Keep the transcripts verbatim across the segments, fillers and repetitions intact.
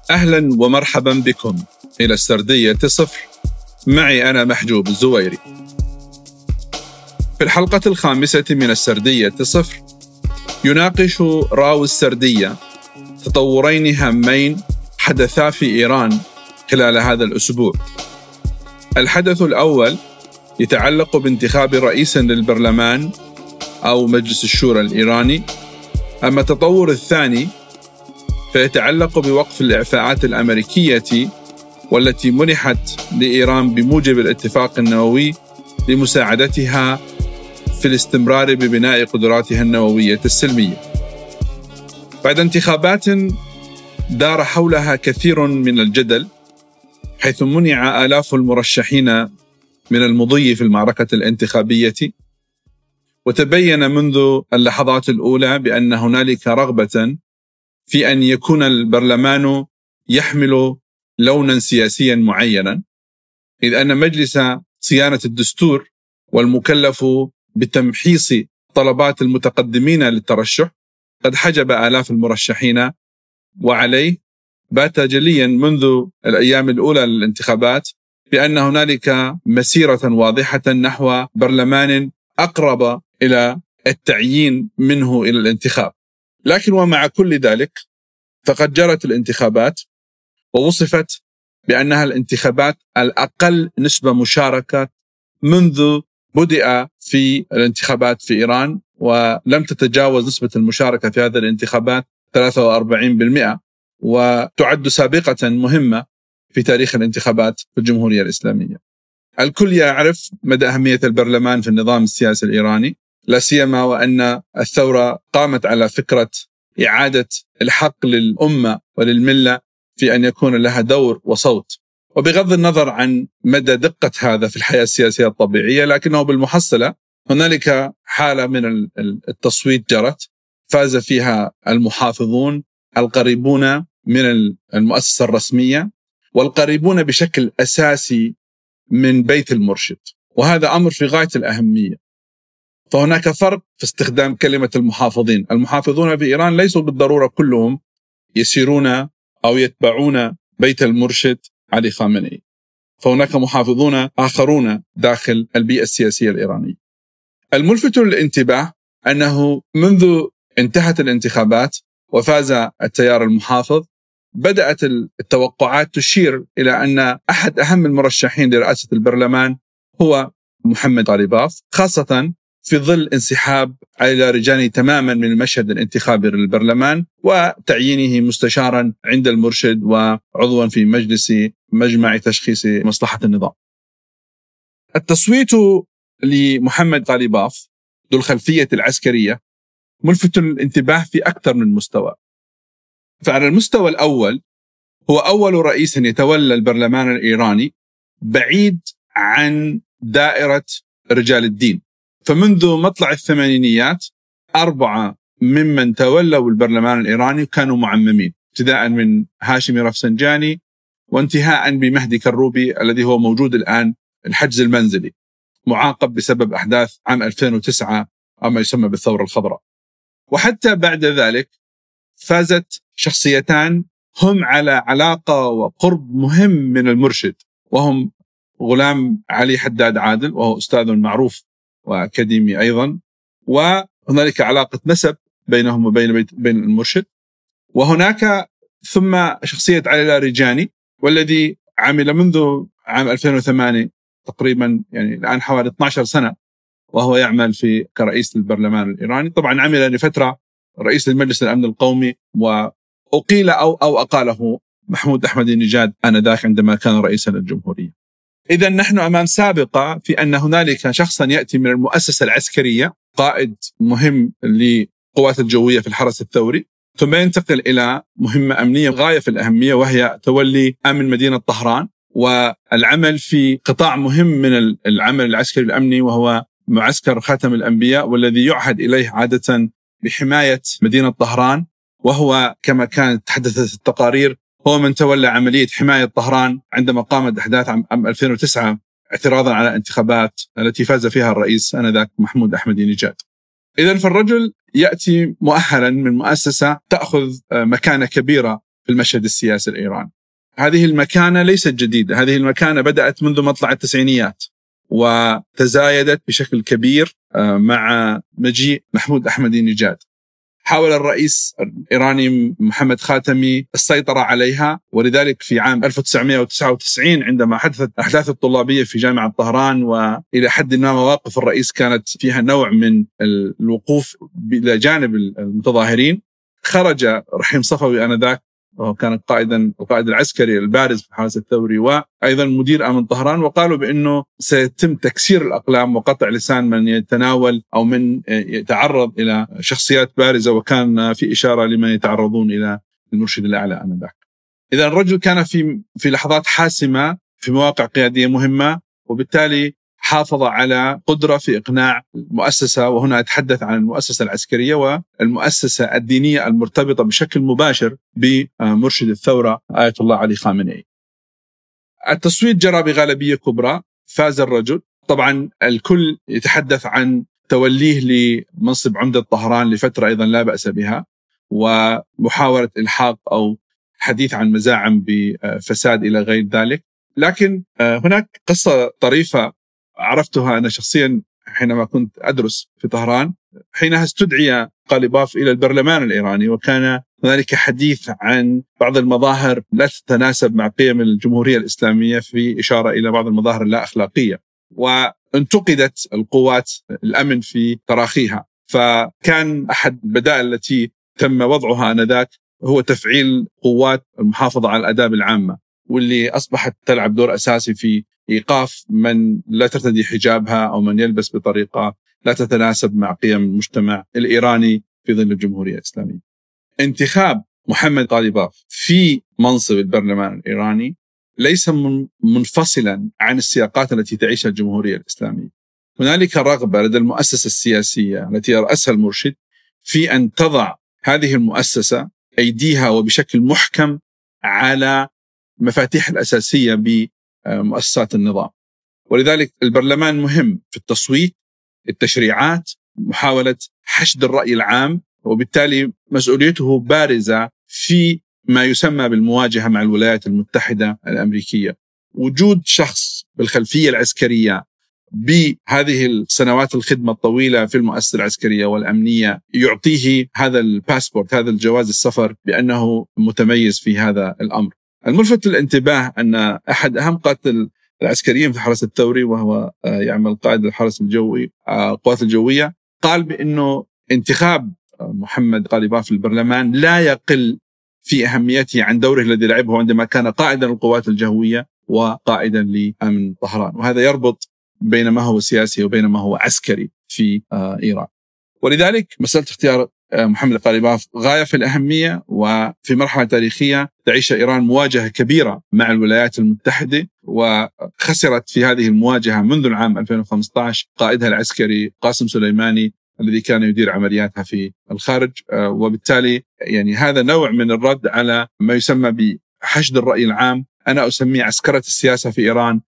أهلا ومرحبا بكم إلى السردية صفر، معي أنا محجوب الزويري. في الحلقة الخامسة من السردية صفر يناقش راوي السردية تطورين هامين حدثا في إيران خلال هذا الأسبوع. الحدث الأول يتعلق بانتخاب رئيس للبرلمان أو مجلس الشورى الإيراني، أما التطور الثاني فيتعلق بوقف الإعفاءات الأمريكية والتي منحت لإيران بموجب الاتفاق النووي لمساعدتها في الاستمرار ببناء قدراتها النووية السلمية. بعد انتخابات دار حولها كثير من الجدل، حيث منع آلاف المرشحين من المضي في المعركة الانتخابية، وتبين منذ اللحظات الأولى بأن هنالك رغبة في أن يكون البرلمان يحمل لونا سياسيا معينا، إذ أن مجلس صيانة الدستور والمكلف بتمحيص طلبات المتقدمين للترشح قد حجب آلاف المرشحين، وعليه بات جليا منذ الأيام الأولى للانتخابات بأن هنالك مسيرة واضحة نحو برلمان أقرب إلى التعيين منه إلى الانتخاب. لكن ومع كل ذلك فقد جرت الانتخابات ووصفت بأنها الانتخابات الأقل نسبة مشاركة منذ بدأ في الانتخابات في إيران، ولم تتجاوز نسبة المشاركة في هذه الانتخابات ثلاثة وأربعين بالمئة، وتعد سابقة مهمة في تاريخ الانتخابات في الجمهورية الإسلامية. الكل يعرف مدى أهمية البرلمان في النظام السياسي الإيراني، لا سيما وأن الثورة قامت على فكرة إعادة الحق للأمة وللملة في أن يكون لها دور وصوت. وبغض النظر عن مدى دقة هذا في الحياة السياسية الطبيعية، لكنه بالمحصلة هنالك حالة من التصويت جرت فاز فيها المحافظون القريبون من المؤسسة الرسمية والقريبون بشكل أساسي من بيت المرشد، وهذا أمر في غاية الأهمية. فهناك فرق في استخدام كلمة المحافظين. المحافظون في إيران ليسوا بالضرورة كلهم يسيرون أو يتبعون بيت المرشد علي خامنئي، فهناك محافظون آخرون داخل البيئة السياسية الإيرانية. الملفت للانتباه أنه منذ انتهت الانتخابات وفاز التيار المحافظ، بدأت التوقعات تشير إلى أن أحد أهم المرشحين لرئاسة البرلمان هو محمد غالباف، خاصة في ظل انسحاب علي لاریجانی تماما من المشهد الانتخابي للبرلمان وتعيينه مستشارا عند المرشد وعضوا في مجلس مجمع تشخيص مصلحة النظام. التصويت لمحمد غالباف ذو الخلفية العسكرية ملفت للانتباه في أكثر من مستوى. فعلى المستوى الأول هو أول رئيس يتولى البرلمان الإيراني بعيد عن دائرة رجال الدين. فمنذ مطلع الثمانينيات أربعة ممن تولوا البرلمان الإيراني كانوا معممين، ابتداء من هاشمي رفسنجاني وانتهاء بمهدي كروبي الذي هو موجود الآن الحجز المنزلي، معاقب بسبب أحداث عام ألفين وتسعة أو ما يسمى بالثورة الخضراء. وحتى بعد ذلك فازت شخصيتان هم على علاقة وقرب مهم من المرشد، وهم غلام علي حداد عادل وهو أستاذ معروف وأكاديمي أيضا، وهنالك علاقة نسب بينهم وبين بين المرشد. وهناك ثم شخصية علي لاریجانی والذي عمل منذ عام ألفين وثمانية تقريبا، يعني الآن حوالي اثنتي عشرة سنة وهو يعمل في كرئيس البرلمان الإيراني. طبعا عمل لفترة رئيس المجلس الأمن القومي، وأقيل أو أو أقاله محمود أحمدي نژاد آنذاك عندما كان رئيسا للجمهورية. إذا نحن أمام سابقة في أن هنالك شخصا يأتي من المؤسسة العسكرية، قائد مهم للقوات الجوية في الحرس الثوري، ثم ينتقل إلى مهمة أمنية غاية في الأهمية وهي تولي أمن مدينة طهران والعمل في قطاع مهم من العمل العسكري الأمني وهو معسكر خاتم الأنبياء، والذي يعهد إليه عادة بحماية مدينة طهران، وهو كما كانت تحدثت التقارير هو من تولى عملية حماية طهران عندما قامت أحداث عام ألفين وتسعة اعتراضا على انتخابات التي فاز فيها الرئيس آنذاك محمود أحمدي نژاد. إذن فالرجل يأتي مؤهلا من مؤسسة تأخذ مكانة كبيرة في المشهد السياسي الإيراني. هذه المكانة ليست جديدة، هذه المكانة بدأت منذ مطلع التسعينيات وتزايدت بشكل كبير مع مجيء محمود أحمدي نجاد. حاول الرئيس الإيراني محمد خاتمي السيطرة عليها، ولذلك في عام ألف وتسعمائة وتسعة وتسعين عندما حدثت الأحداث الطلابية في جامعة طهران وإلى حد ما مواقف الرئيس كانت فيها نوع من الوقوف إلى جانب المتظاهرين، خرج رحيم صفوي آنذاك وهو كان قائدا القائد العسكري البارز في الحرس الثوري وأيضا مدير أمن طهران، وقالوا بأنه سيتم تكسير الأقلام وقطع لسان من يتناول أو من يتعرض إلى شخصيات بارزة، وكان في إشارة لمن يتعرضون إلى المرشد الأعلى آنذاك. إذا الرجل كان في في لحظات حاسمة في مواقع قيادية مهمة، وبالتالي حافظ على قدرة في إقناع المؤسسة، وهنا أتحدث عن المؤسسة العسكرية والمؤسسة الدينية المرتبطة بشكل مباشر بمرشد الثورة آية الله علي خامنئي. التصويت جرى بغالبية كبرى، فاز الرجل. طبعا الكل يتحدث عن توليه لمنصب عمدة طهران لفترة أيضا لا بأس بها، ومحاولة إلحاق أو حديث عن مزاعم بفساد إلى غير ذلك. لكن هناك قصة طريفة عرفتها أنا شخصيا حينما كنت أدرس في طهران، حينها استدعي قاليباف إلى البرلمان الإيراني، وكان هنالك حديث عن بعض المظاهر لا تتناسب مع قيم الجمهورية الإسلامية، في إشارة إلى بعض المظاهر اللا أخلاقية، وانتقدت القوات الأمن في تراخيها. فكان أحد البدائل التي تم وضعها آنذاك هو تفعيل قوات المحافظة على الآداب العامة، واللي أصبحت تلعب دور أساسي في إيقاف من لا ترتدي حجابها أو من يلبس بطريقة لا تتناسب مع قيم المجتمع الإيراني في ظل الجمهورية الإسلامية. انتخاب محمد قاليباف في منصب البرلمان الإيراني ليس منفصلا عن السياقات التي تعيشها الجمهورية الإسلامية. هنالك رغبة لدى المؤسسة السياسية التي يرأسها المرشد في أن تضع هذه المؤسسة أيديها وبشكل محكم على مفاتيح الأساسية بمؤسسات النظام، ولذلك البرلمان مهم في التصويت، التشريعات، محاولة حشد الرأي العام، وبالتالي مسؤوليته بارزة في ما يسمى بالمواجهة مع الولايات المتحدة الأمريكية. وجود شخص بالخلفية العسكرية بهذه السنوات الخدمة الطويلة في المؤسسة العسكرية والأمنية يعطيه هذا الباسبورت، هذا الجواز السفر، بأنه متميز في هذا الأمر. الملفت للانتباه أن أحد أهم قادة العسكريين في الحرس الثوري، وهو يعمل قائد الحرس الجوي القوات الجوية، قال بأنه انتخاب محمد قاليباف في البرلمان لا يقل في أهميته عن دوره الذي لعبه عندما كان قائدا للقوات الجوية وقائدا لأمن طهران، وهذا يربط بين ما هو سياسي وبين ما هو عسكري في إيران. ولذلك مسألة اختيار محمد قاليباف غاية في الأهمية، وفي مرحلة تاريخية تعيش إيران مواجهة كبيرة مع الولايات المتحدة، وخسرت في هذه المواجهة منذ العام ألفين وخمسة عشر قائدها العسكري قاسم سليماني الذي كان يدير عملياتها في الخارج. وبالتالي يعني هذا نوع من الرد على ما يسمى بحشد الرأي العام، أنا أسميه عسكرة السياسة في إيران،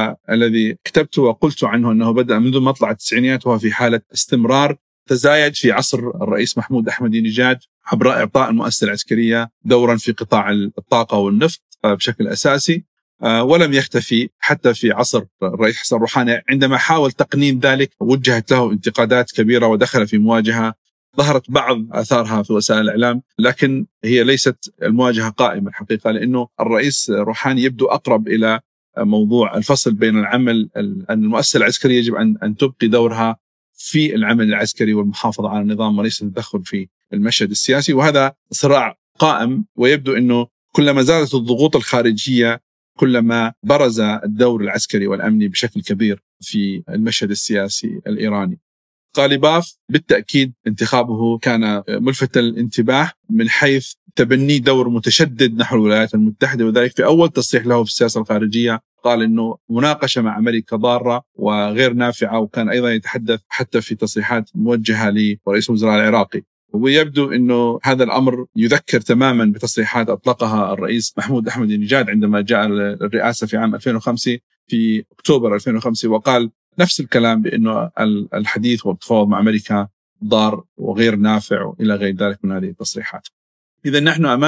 والذي كتبت وقلت عنه أنه بدأ منذ مطلع التسعينيات وهو في حالة استمرار تزايد في عصر الرئيس محمود أحمدي نجاد عبر إعطاء المؤسسة العسكرية دورا في قطاع الطاقة والنفط بشكل أساسي، ولم يختفي حتى في عصر الرئيس حسن روحاني. عندما حاول تقنين ذلك وجهت له انتقادات كبيرة ودخل في مواجهة ظهرت بعض آثارها في وسائل الإعلام، لكن هي ليست المواجهة قائمة الحقيقة، لأنه الرئيس روحاني يبدو أقرب إلى موضوع الفصل بين العمل، أن المؤسسة العسكرية يجب أن أن تبقي دورها في العمل العسكري والمحافظة على النظام وليس التدخل في المشهد السياسي. وهذا صراع قائم، ويبدو أنه كلما زادت الضغوط الخارجية كلما برز الدور العسكري والأمني بشكل كبير في المشهد السياسي الإيراني. قاليباف بالتأكيد انتخابه كان ملفت الانتباه من حيث تبني دور متشدد نحو الولايات المتحدة، وذلك في أول تصريح له في السياسة الخارجية قال إنه مناقشة مع أمريكا ضارة وغير نافعة، وكان أيضا يتحدث حتى في تصريحات موجهة لرئيس الوزراء العراقي. ويبدو أنه هذا الأمر يذكر تماما بتصريحات أطلقها الرئيس محمود أحمدي نجاد عندما جاء الرئاسة في عام ألفين وخمسة في أكتوبر ألفين وخمسة، وقال نفس الكلام بأنه الحديث والتفاوض مع أمريكا ضار وغير نافع إلى غير ذلك من هذه التصريحات. إذا نحن أمام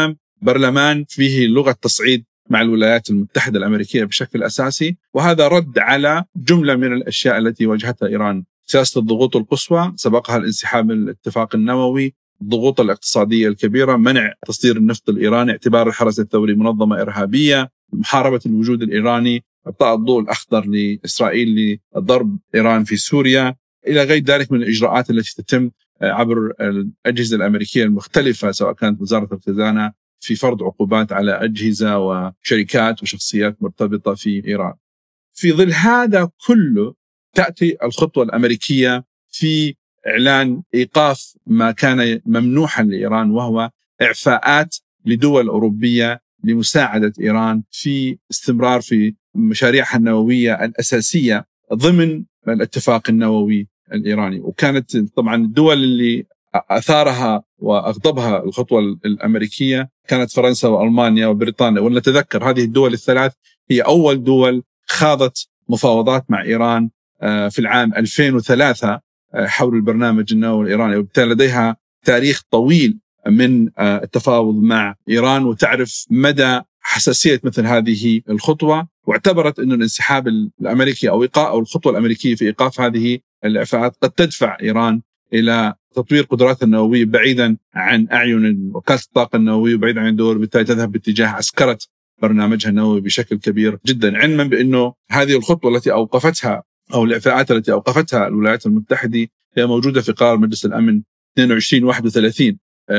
برلمان فيه لغة تصعيد مع الولايات المتحدة الأمريكية بشكل أساسي، وهذا رد على جملة من الأشياء التي واجهتها إيران: سياسة الضغوط القصوى، سبقها الانسحاب من الاتفاق النووي، الضغوط الاقتصادية الكبيرة، منع تصدير النفط الإيراني، اعتبار الحرس الثوري منظمة إرهابية، محاربة الوجود الإيراني، إعطاء الضوء الأخضر لإسرائيل لضرب إيران في سوريا، إلى غير ذلك من الإجراءات التي تتم عبر الأجهزة الأمريكية المختلفة، سواء كانت وزارة الخزانة في فرض عقوبات على أجهزة وشركات وشخصيات مرتبطة في إيران. في ظل هذا كله تأتي الخطوة الأمريكية في إعلان إيقاف ما كان ممنوحا لإيران، وهو إعفاءات لدول أوروبية لمساعدة إيران في استمرار في مشاريعها النووية الأساسية ضمن الاتفاق النووي الإيراني. وكانت طبعا الدول اللي أثارها وأغضبها الخطوة الأمريكية كانت فرنسا وألمانيا وبريطانيا، ونتذكر هذه الدول الثلاث هي أول دول خاضت مفاوضات مع إيران في العام ألفين وثلاثة حول البرنامج النووي الإيراني، وبالتالي لديها تاريخ طويل من التفاوض مع إيران وتعرف مدى حساسية مثل هذه الخطوة، واعتبرت أن الانسحاب الأمريكي أو إيقاف أو الخطوة الأمريكية في إيقاف هذه الإعفاءات قد تدفع إيران إلى تطوير قدراتها النووية بعيدا عن أعين وكالة الطاقة النووية وبعيدا عن الدول، بالتالي تذهب باتجاه عسكرة برنامجها النووي بشكل كبير جدا، علما بأنه هذه الخطوة التي أوقفتها أو الإعفاءات التي أوقفتها الولايات المتحدة هي موجودة في قرار مجلس الأمن اثنين وعشرين واحد وثلاثين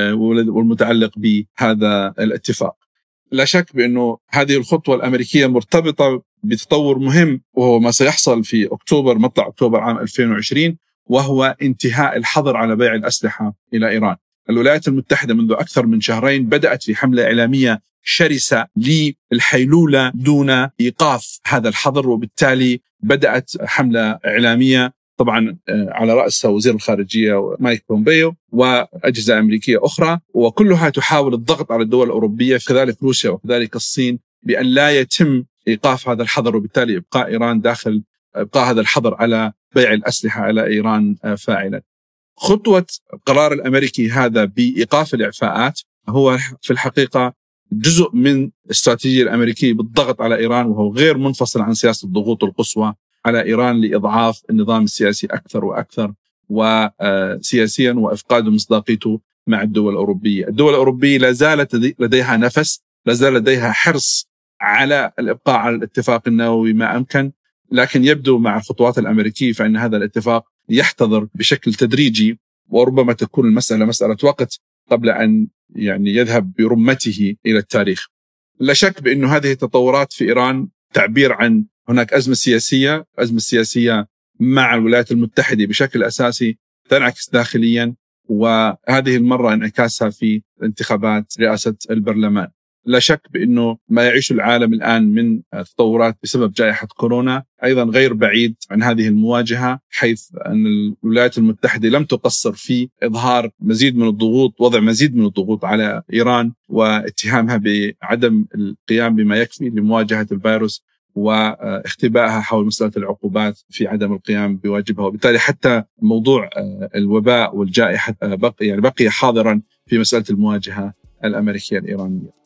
والمتعلق بهذا الاتفاق. لا شك بأنه هذه الخطوة الأمريكية مرتبطة بتطور مهم، وهو ما سيحصل في أكتوبر مطلع أكتوبر عام ألفين وعشرين، وهو انتهاء الحظر على بيع الأسلحة إلى إيران. الولايات المتحدة منذ أكثر من شهرين بدأت في حملة إعلامية شرسة للحيلولة دون إيقاف هذا الحظر، وبالتالي بدأت حملة إعلامية طبعا على رأسها وزير الخارجية مايك بومبيو وأجهزة أمريكية أخرى، وكلها تحاول الضغط على الدول الأوروبية كذلك روسيا وكذلك الصين بأن لا يتم إيقاف هذا الحظر، وبالتالي إبقاء إيران داخل إبقاء هذا الحظر على بيع الأسلحة على إيران فاعلا. خطوة القرار الأمريكي هذا بإيقاف الإعفاءات هو في الحقيقة جزء من الاستراتيجية الأمريكية بالضغط على إيران، وهو غير منفصل عن سياسة الضغوط القصوى على إيران لإضعاف النظام السياسي أكثر وأكثر وسياسيا وإفقاد مصداقيته مع الدول الأوروبية. الدول الأوروبية لا زالت لديها نفس، لا زال لديها حرص على الإبقاء على الاتفاق النووي ما أمكن، لكن يبدو مع الخطوات الأمريكية فإن هذا الاتفاق يحتضر بشكل تدريجي، وربما تكون المسألة مسألة وقت قبل أن يعني يذهب برمته إلى التاريخ. لا شك بأنه هذه التطورات في إيران تعبير عن هناك أزمة سياسية، أزمة سياسية مع الولايات المتحدة بشكل أساسي تنعكس داخليا، وهذه المرة انعكاسها في انتخابات رئاسة البرلمان. لا شك بأنه ما يعيش العالم الآن من تطورات بسبب جائحة كورونا أيضا غير بعيد عن هذه المواجهة، حيث أن الولايات المتحدة لم تقصر في إظهار مزيد من الضغوط، وضع مزيد من الضغوط على إيران واتهامها بعدم القيام بما يكفي لمواجهة الفيروس واختبائها حول مسألة العقوبات في عدم القيام بواجبها، وبالتالي حتى موضوع الوباء والجائحة بقي يعني بقي حاضرا في مسألة المواجهة الأمريكية الإيرانية.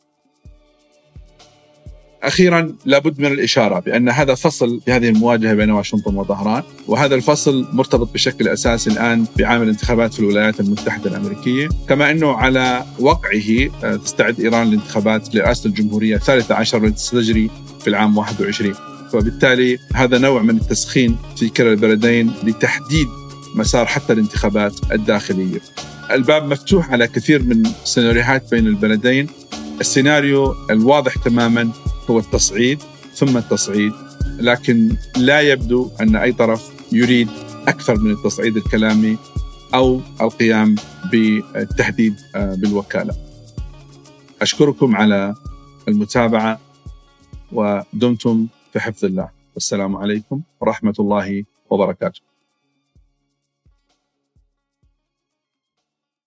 أخيرا لابد من الإشارة بأن هذا فصل في هذه المواجهة بين واشنطن وطهران، وهذا الفصل مرتبط بشكل أساسي الآن بعامل الانتخابات في الولايات المتحدة الأمريكية، كما أنه على وقعه تستعد إيران لانتخابات لرئاسة الجمهورية الثالثة عشر التي ستجري في العام واحد وعشرين، فبالتالي هذا نوع من التسخين في كلا البلدين لتحديد مسار حتى الانتخابات الداخلية. الباب مفتوح على كثير من السيناريوهات بين البلدين. السيناريو الواضح تماما هو التصعيد ثم التصعيد، لكن لا يبدو أن أي طرف يريد أكثر من التصعيد الكلامي أو القيام بالتهديد بالوكالة. أشكركم على المتابعة ودمتم في حفظ الله، والسلام عليكم ورحمة الله وبركاته.